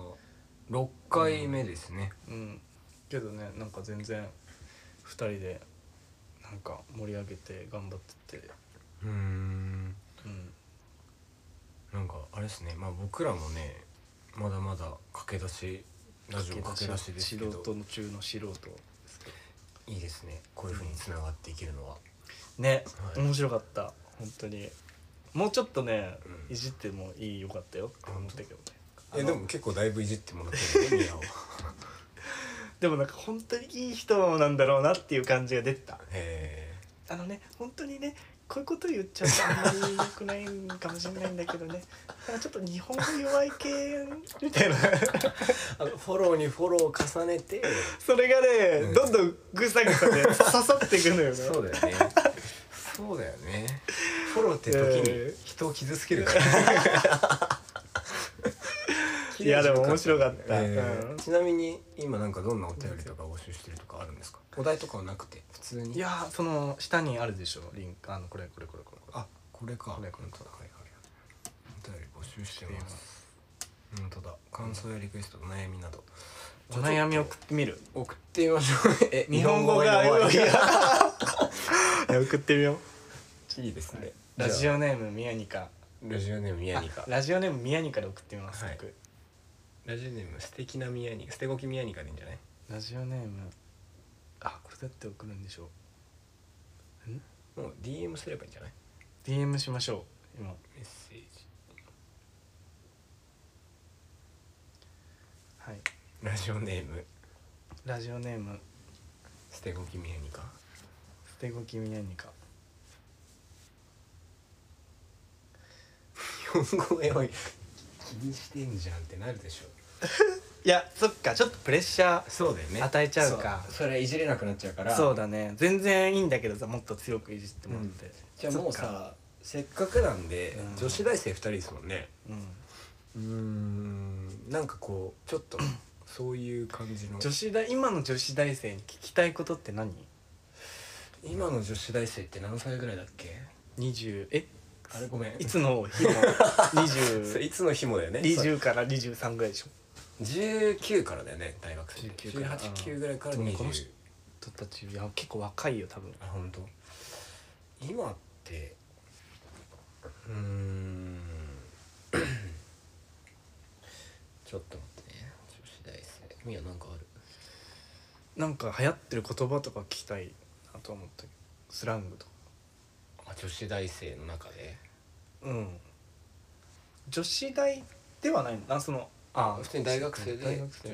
6回目ですね。 けどね、なんか全然2人でなんか盛り上げて頑張ってて、 ですね、まあ僕らもねまだまだ駆け出しラジオ駆け出しですけど、 素人の中の素人ですけどいいですね、こういう風につながっていけるのはね、面白かった本当に。もうちょっとね、いじってもよかったよって思ったけどね。 でも結構だいぶいじってもらってるね、ミヤをでもなんか本当にいい人なんだろうなっていう感じが出てた。本当にね、こういうこと言っちゃうとあんまり良くないかもしれないんだけどね、なんかちょっと日本語弱い系みたいなフォローにフォローを重ねてそれがね、どんどんぐさぐさで刺さっていくのよね。 そうだよねそうだよね、フォローって時に人を傷つけるからいやでも面白かった、 ちなみに今なんかどんなお便りとか募集してるとかあるんですか？お題とかはなくて普通に。 いやその下にあるでしょリンク、これあ、これか、 これ本当だ、はいはい、お便り募集してます。本当だ、感想やリクエスト、悩みなどお悩み送ってみる、 送ってみましょう日本語が弱い送ってみよう。いいですね。 ラジオネーム宮ニカ、 ラジオネーム宮ニカ、 ラジオネーム宮ニカで送ってみます。 ラジオネーム素敵な宮ニカ、捨てごき宮ニカでいいんじゃない？ ラジオネーム、これだって送るんでしょう。もう DM すればいいんじゃない？ DM しましょう。今メッセージ、 はい、 ラジオネーム捨てごき宮ニカ、 捨てごき宮ニカ。 日本語が気にしてんじゃんってなるでしょいやそっか、ちょっとプレッシャーそうだよね、 与えちゃうか。 それはいじれなくなっちゃうから。 そうだね、全然いいんだけどさ、もっと強くいじってもらって、 じゃあもうさ、せっかくなんで、女子大生2人ですもんね。なんかこうちょっとそういう感じの今の女子大生に聞きたいことって何？ 今の女子大生って何歳ぐらいだっけ ？20 あれごめん、 いつの日も20 いつの日もだよね。 20から23ぐらいでしょ。 19からだよね、大学生。 18、 9ぐらいから20。 この人たち結構若いよ多分。 あ、本当。今ってちょっと待ってね、女子大生。みやなんかある？ なんか流行ってる言葉とか聞きたいなと思ったけど、スラングとか。 女子大生の中で？ 女子大ではないな、その普通に大学生で女子大生なんじゃない？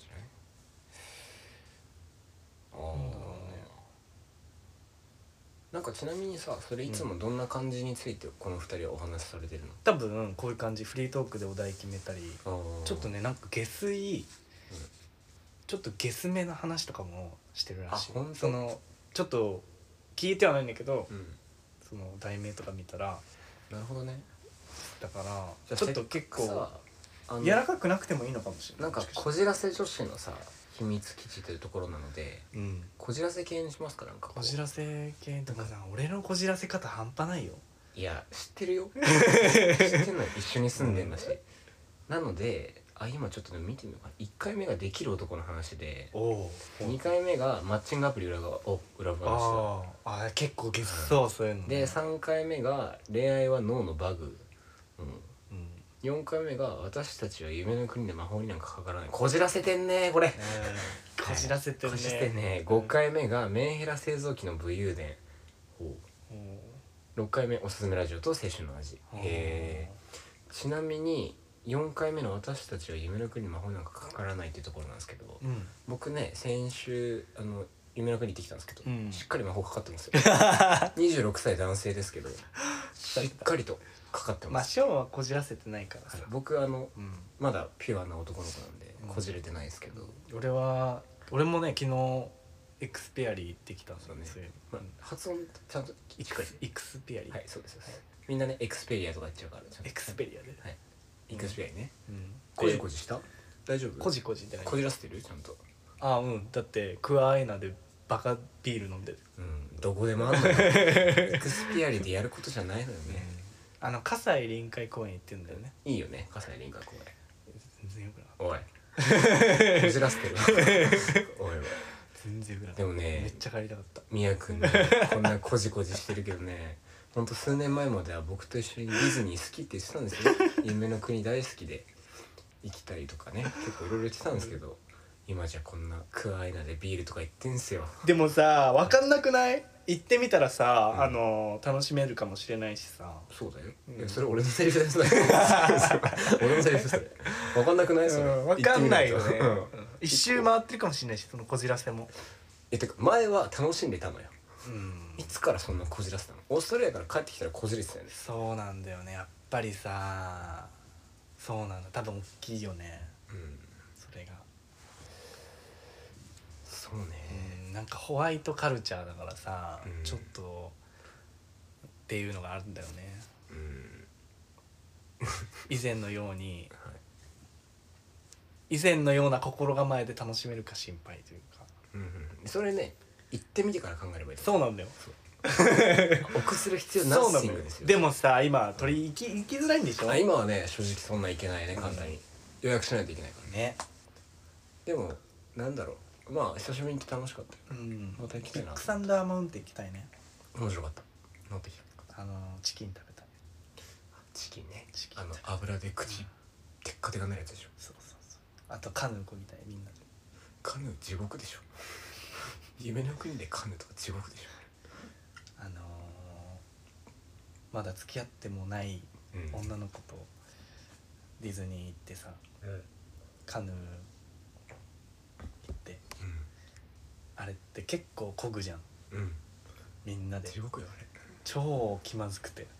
なんかちなみにさ、それいつもどんな感じについてこの2人はお話しされてるの？ 多分こういう感じ、フリートークでお題決めたり、ちょっとねなんか下水、ちょっとゲスめな話とかもしてるらしい。そのちょっと聞いてはないんだけど、その題名とか見たら。 なるほどね。 だからちょっと結構柔らかくなくてもいいのかもしれない。 なんかこじらせ女子のさ秘密基地というところなので、こじらせ系にしますか？なんかこじらせ系とかさ、俺のこじらせ方半端ないよ。 いや知ってるよ知ってんのよ、一緒に住んでんだし。なので今ちょっとでも見てみようかな。1回目ができる男の話で、2回目がマッチングアプリ裏話でした。結構ゲスそう、そういうので、3回目が恋愛は脳のバグ、4回目が私たちは夢の国で魔法になんかかからない。こじらせてんねこれ、 こじらせてんね。 5回目がメンヘラ製造機の武勇伝、6回目おすすめラジオと青春の味。ちなみに4回目の私たちは夢の国に魔法なんかかからないっていうところなんですけど、僕ね先週夢の国行ってきたんですけど、しっかり魔法かかってますよ26歳男性ですけどしっかりとかかってます。 ショーはこじらせてないからさ。 僕まだピュアな男の子なんでこじれてないですけど、 俺もね昨日エクスペアリー行ってきたんだよね。 発音ちゃんとエクスペアリー、 はい、そうです。みんなねエクスペリアとか言っちゃうから、 エクスペリアで、 エクスペリアね。こじこじした？大丈夫？ こじこじってない？ こじらせてる？ちゃんと。 だってクアアイナでバカビール飲んでる。 どこでもあんのよエクスペアリーでやることじゃないのよね。 葛西臨海公園行ってんだよね。 いいよね、葛西臨海公園。 全然よくない。 おいこじらせてるおい全然よくない。 でもね、 めっちゃ帰りたかった。 みやくんこんなこじこじしてるけどね、 ほんと数年前までは僕と一緒にディズニー好きって言ってたんですよ夢の国大好きで行きたりとかね結構いろいろ言ってたんですけど、今じゃこんなクアイナでビールとか言ってんすよ。 でもさ分かんなくない？行ってみたらさ、楽しめるかもしれないしさ。 そうだよ、いやそれ俺のセリフです俺のセリフそれ分かんなくない？それ分かんないよね、一周回ってるかもしれないし、そのこじらせも。 てか前は楽しんでたのよ。いつからそんなこじらせたの？オーストラリアから帰ってきたらこじれてたよね。 そうなんだよね、やっぱりさ。そうなんだ、多分大きいよね、それが。 そうね、 なんかホワイトカルチャーだからさ、ちょっとっていうのがあるんだよね、以前のように、以前のような心構えで楽しめるか心配というか、 それね行ってみてから考えればいい。 そうなんだよ臆する必要ナッシングですよ。 でもさ今行きづらいんでしょ？ 今はね正直そんな行けないね、簡単に予約しないといけないからね。 でもなんだろう、まあ久しぶりに行って楽しかったよ。また行きたいな。 ビッグサンダーマウンテン行きたいね。 面白かった。乗ってきた。 チキン食べたい。 チキンね、油で口テッカテカになるやつでしょ。 そうあとカヌーこぎたい、みんなで。 カヌー地獄でしょ夢の国でカヌーとか地獄でしょ。 まだ付き合ってもない女の子とディズニー行ってさ、カヌー行って、あれって結構漕ぐじゃん、みんなで。 地獄よあれ。 超気まずくて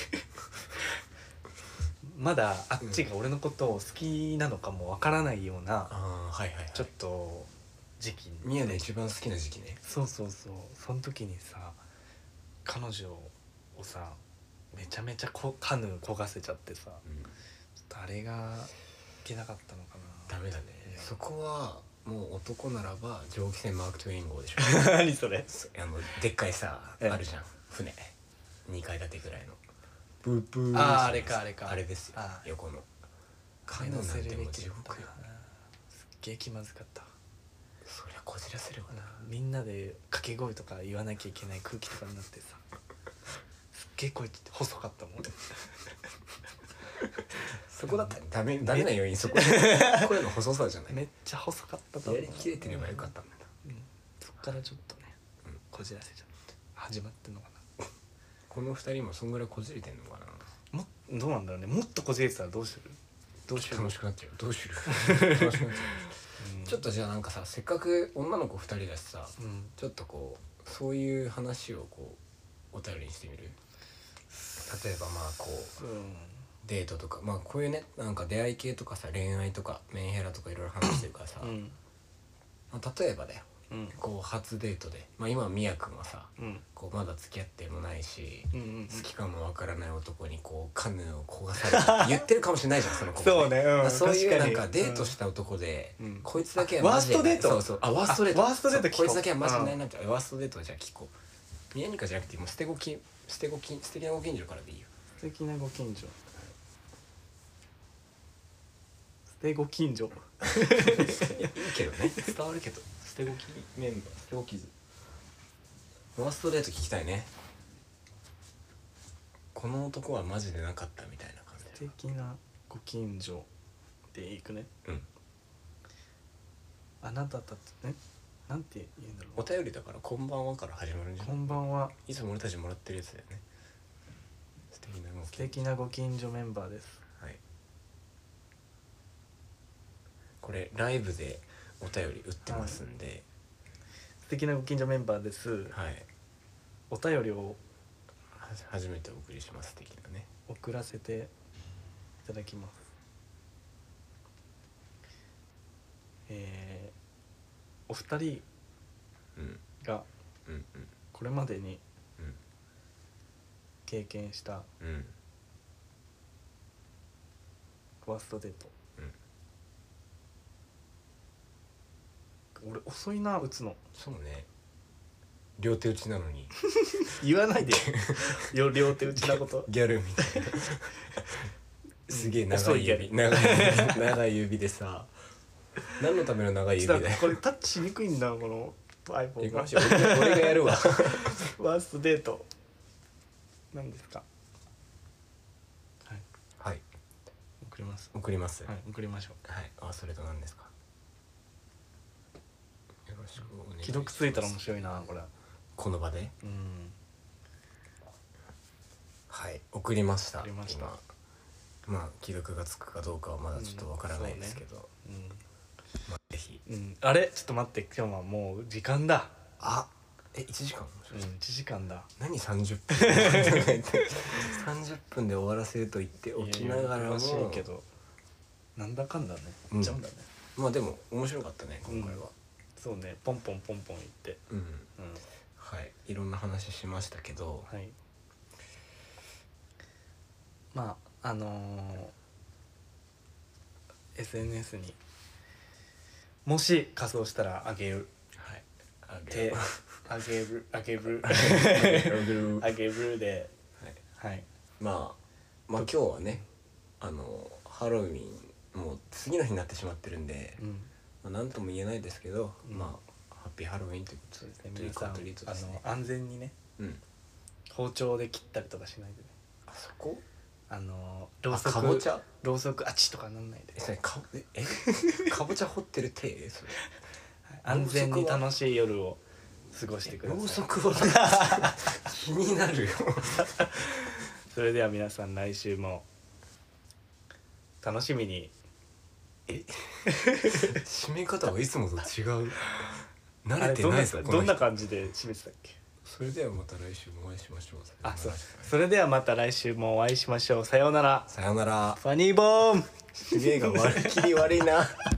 まだあっちが俺のことを好きなのかもわからないような、ちょっと時期に。 宮の一番好きな時期ね。 そうその時にさ、彼女をさめちゃめちゃカヌー漕がせちゃってさ、ちょっとあれがいけなかったのかな。 ダメだね、そこはもう男ならば蒸気船マーク・トウェイン号でしょ何それ？ でっかいさあるじゃん、船2階建てぐらいのブーブー。あれかあれですよ、横のカヌーなんてもう地獄よ。すっげえ気まずかった。 そりゃこじらせるわな。 みんなで掛け声とか言わなきゃいけない空気とかになってさ、すっげえ声細かったもん俺そこだったらダメな要因、そこ声の細さじゃない。 めっちゃ細かったと思う。 やりきれてればよかったんだ。 そっからちょっとねこじらせちゃって始まってんのかな。 この2人もそんぐらいこじれてんのかな。 どうなんだろうね。もっとこじれてたらどうする？ 楽しくなっちゃう。どうする楽しくなっちゃうちょっとじゃあなんかさ、せっかく女の子2人だしさ、ちょっとこうそういう話をこうお便りにしてみる。例えばまあこう、デートとか、まあこういうねなんか出会い系とかさ、恋愛とかメンヘラとかいろいろ話してるからさ、まあ、例えばだよ、こう初デートで、まあ、今みやくんはさ、こうまだ付き合ってもないし、好きかもわからない男にこうカヌーを焦がされたって言ってるかもしれないじゃんその子も、ね。そういうなんかデートした男で、こいつだけはマジでワーストデート。 ワーストデート。 ワーストデート聞こう。 こいつだけはマジでないなって。ワーストデートはじゃあ聞こう。宮ニカじゃなくてもう素敵なご近所からでいいよ。 素敵なご近所。捨てご近所いいけどね、伝わるけど。捨てごきメンバー、捨てごきず。ワーストデート聞きたいね。この男はマジでなかったみたいな感じ。 素敵なご近所でいくね。あなたたちなんて言うんだろう。 お便りだからこんばんはから始まるんじゃない？ こんばんは。 いつも俺たちもらってるやつだよね。素敵なご近所メンバーです。 はい。これライブでお便り売ってますんで、 素敵なご近所メンバーです。 はい。 お便りを初めてお送りします。的なね。 送らせていただきます。お二人がこれまでに経験したワーストデート。俺遅いな打つの。 そうね。両手打ちなのに言わないでよ両手打ちなこと。 ギャルみたいなすげえ長い指でさ、何のための長い指だよ。 これタッチしにくいんだこの iPhone が。 俺がやるわワーストデート何ですか？はいはい、 送ります。 送ります。 はい、送りましょう。 はい、あ、それと何ですか？よろしくお願いします。 既読ついたら面白いなこれ。 この場で。 うん。 はい、送りました。 送りました。 まあ既読がつくかどうかはまだちょっとわからないですけど、 うん、 まあぜひ。 うん、あれちょっと待って、今日はもう時間だ。 あ、1時間？ うん、1時間だ。 何30分30分で終わらせると言っておきながらも、 いやいやけどなんだかんだね言っちゃうんだね。 まあでも面白かったね今回は。 そうね、ポンポンポンポン言って、 はい、いろんな話しましたけど、 はい、まあSNS にもし仮装したらあげる。 はい、 あげるあげるで、はい、 まあ今日はね、ハロウィンもう次の日になってしまってるんで、なんとも言えないですけど、まあハッピーハロウィンということですね。 皆さん安全にね、包丁で切ったりとかしないでね。 あそころうそく、かぼちゃろうそくあちとかなんないで。 かぼちゃ掘ってる手それ。 安全に楽しい夜を過ごしてください。 ろうそくは気になるよそれでは皆さん来週も楽しみに。 締め方はいつもと違う。慣れてないですか？ どんな感じで締めてたっけ？ それではまた来週もお会いしましょう。 それではまた来週もお会いしましょう。さようなら。 さようなら。 ファニーボーン。 締めが切り悪いな